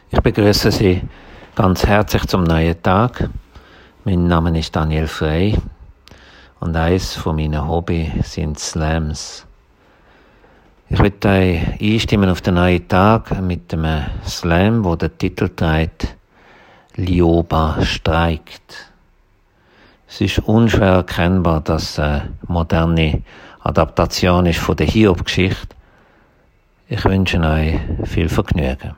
Ich begrüße Sie ganz herzlich zum neuen Tag. Mein Name ist Daniel Frey und eines von meinen Hobbys sind Slams. Ich möchte euch einstimmen auf den neuen Tag mit einem Slam, wo der Titel trägt «Lioba streikt». Es ist unschwer erkennbar, dass eine moderne Adaptation ist von der Hiob-Geschichte. Ich wünsche euch viel Vergnügen.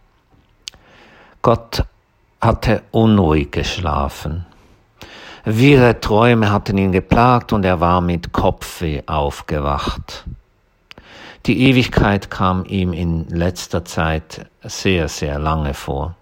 Gott hatte unruhig geschlafen. Wirre Träume hatten ihn geplagt und er war mit Kopfweh aufgewacht. Die Ewigkeit kam ihm in letzter Zeit sehr, sehr lange vor.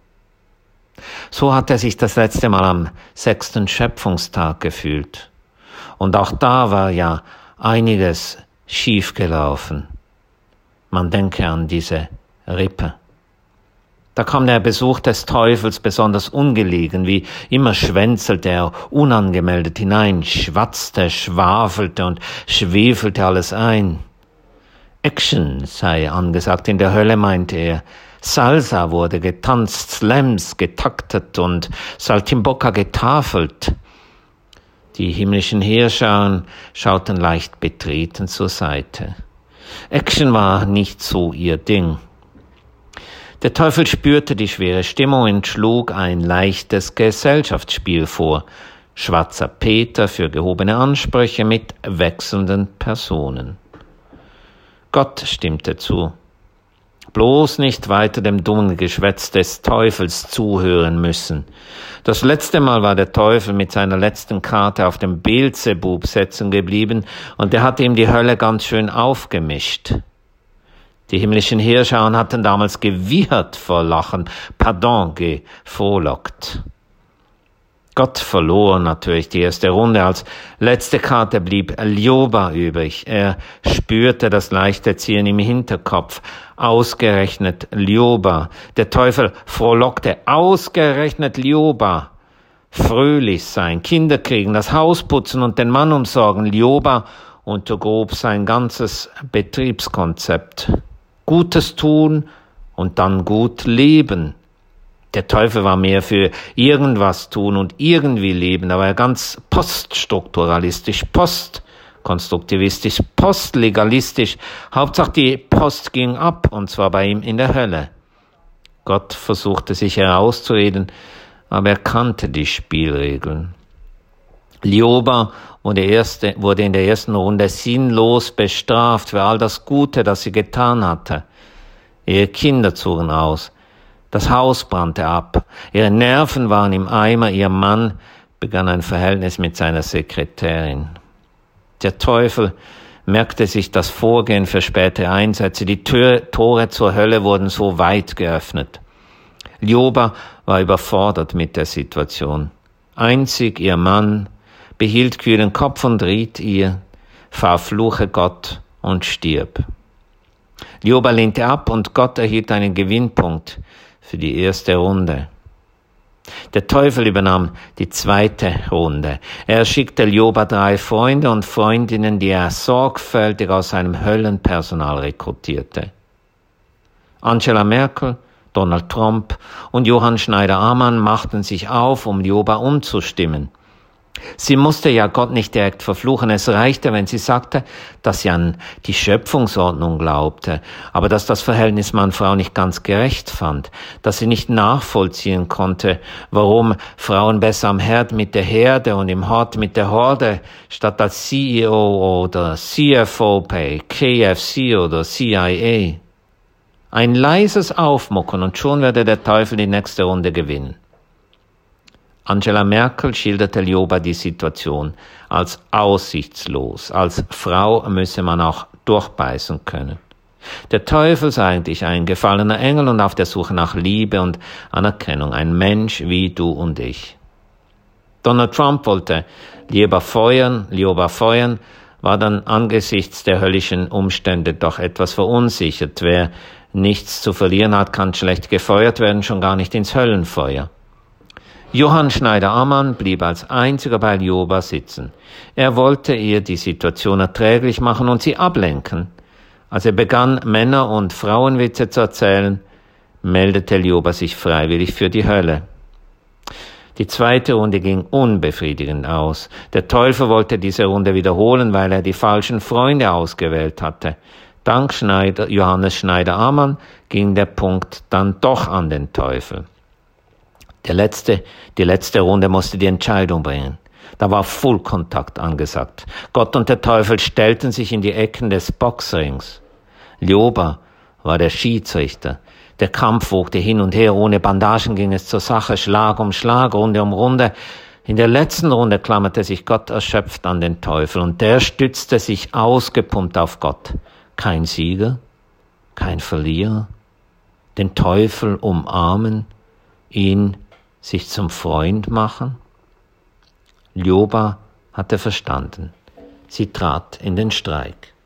So hat er sich das letzte Mal am 6. Schöpfungstag gefühlt. Und auch da war ja einiges schiefgelaufen. Man denke an diese Rippe. Da kam der Besuch des Teufels besonders ungelegen, wie immer schwänzelte er unangemeldet hinein, schwatzte, schwafelte und schwefelte alles ein. Action sei angesagt in der Hölle, meinte er. Salsa wurde getanzt, Slams getaktet und Saltimbocca getafelt. Die himmlischen Heerscharen schauten leicht betreten zur Seite. Action war nicht so ihr Ding. Der Teufel spürte die schwere Stimmung und schlug ein leichtes Gesellschaftsspiel vor. Schwarzer Peter für gehobene Ansprüche mit wechselnden Personen. Gott stimmte zu. Bloß nicht weiter dem dummen Geschwätz des Teufels zuhören müssen. Das letzte Mal war der Teufel mit seiner letzten Karte auf dem Beelzebub sitzen geblieben und er hatte ihm die Hölle ganz schön aufgemischt. Die himmlischen Heerscharen hatten damals gewiehert vor Lachen, gefrohlockt. Gott verlor natürlich die erste Runde. Als letzte Karte blieb Lioba übrig. Er spürte das leichte Ziehen im Hinterkopf. Ausgerechnet Lioba. Der Teufel frohlockte. Ausgerechnet Lioba. Fröhlich sein, Kinder kriegen, das Haus putzen und den Mann umsorgen. Lioba untergrub sein ganzes Betriebskonzept. Gutes tun und dann gut leben. Der Teufel war mehr für irgendwas tun und irgendwie leben, aber ganz poststrukturalistisch, postkonstruktivistisch, postlegalistisch. Hauptsache die Post ging ab, und zwar bei ihm in der Hölle. Gott versuchte sich herauszureden, aber er kannte die Spielregeln. Lioba wurde in der ersten Runde sinnlos bestraft für all das Gute, das sie getan hatte. Ihre Kinder zogen aus. Das Haus brannte ab. Ihre Nerven waren im Eimer. Ihr Mann begann ein Verhältnis mit seiner Sekretärin. Der Teufel merkte sich das Vorgehen für spätere Einsätze. Die Tore zur Hölle wurden so weit geöffnet. Lioba war überfordert mit der Situation. Einzig ihr Mann behielt kühlen Kopf und riet ihr, verfluche Gott und stirb. Lioba lehnte ab und Gott erhielt einen Gewinnpunkt für die erste Runde. Der Teufel übernahm die zweite Runde. Er schickte Lioba 3 Freunde und Freundinnen, die er sorgfältig aus seinem Höllenpersonal rekrutierte. Angela Merkel, Donald Trump und Johann Schneider-Ammann machten sich auf, um Lioba umzustimmen. Sie musste ja Gott nicht direkt verfluchen, es reichte, wenn sie sagte, dass sie an die Schöpfungsordnung glaubte, aber dass das Verhältnis Mann-Frau nicht ganz gerecht fand, dass sie nicht nachvollziehen konnte, warum Frauen besser am Herd mit der Herde und im Hort mit der Horde statt als CEO oder CFO bei KFC oder CIA. Ein leises Aufmucken und schon werde der Teufel die nächste Runde gewinnen. Angela Merkel schilderte Lioba die Situation als aussichtslos. Als Frau müsse man auch durchbeißen können. Der Teufel sei eigentlich ein gefallener Engel und auf der Suche nach Liebe und Anerkennung, ein Mensch wie du und ich. Donald Trump wollte Lioba feuern, war dann angesichts der höllischen Umstände doch etwas verunsichert. Wer nichts zu verlieren hat, kann schlecht gefeuert werden, schon gar nicht ins Höllenfeuer. Johann Schneider-Ammann blieb als einziger bei Lioba sitzen. Er wollte ihr die Situation erträglich machen und sie ablenken. Als er begann, Männer- und Frauenwitze zu erzählen, meldete Ljoba sich freiwillig für die Hölle. Die zweite Runde ging unbefriedigend aus. Der Teufel wollte diese Runde wiederholen, weil er die falschen Freunde ausgewählt hatte. Dank Johannes Schneider-Ammann ging der Punkt dann doch an den Teufel. Die letzte Runde musste die Entscheidung bringen. Da war Fullkontakt angesagt. Gott und der Teufel stellten sich in die Ecken des Boxrings. Ljoba war der Schiedsrichter. Der Kampf wogte hin und her, ohne Bandagen ging es zur Sache, Schlag um Schlag, Runde um Runde. In der letzten Runde klammerte sich Gott erschöpft an den Teufel und der stützte sich ausgepumpt auf Gott. Kein Sieger, kein Verlierer, den Teufel umarmen, ihn sich zum Freund machen. Ljoba hatte verstanden. Sie trat in den Streik.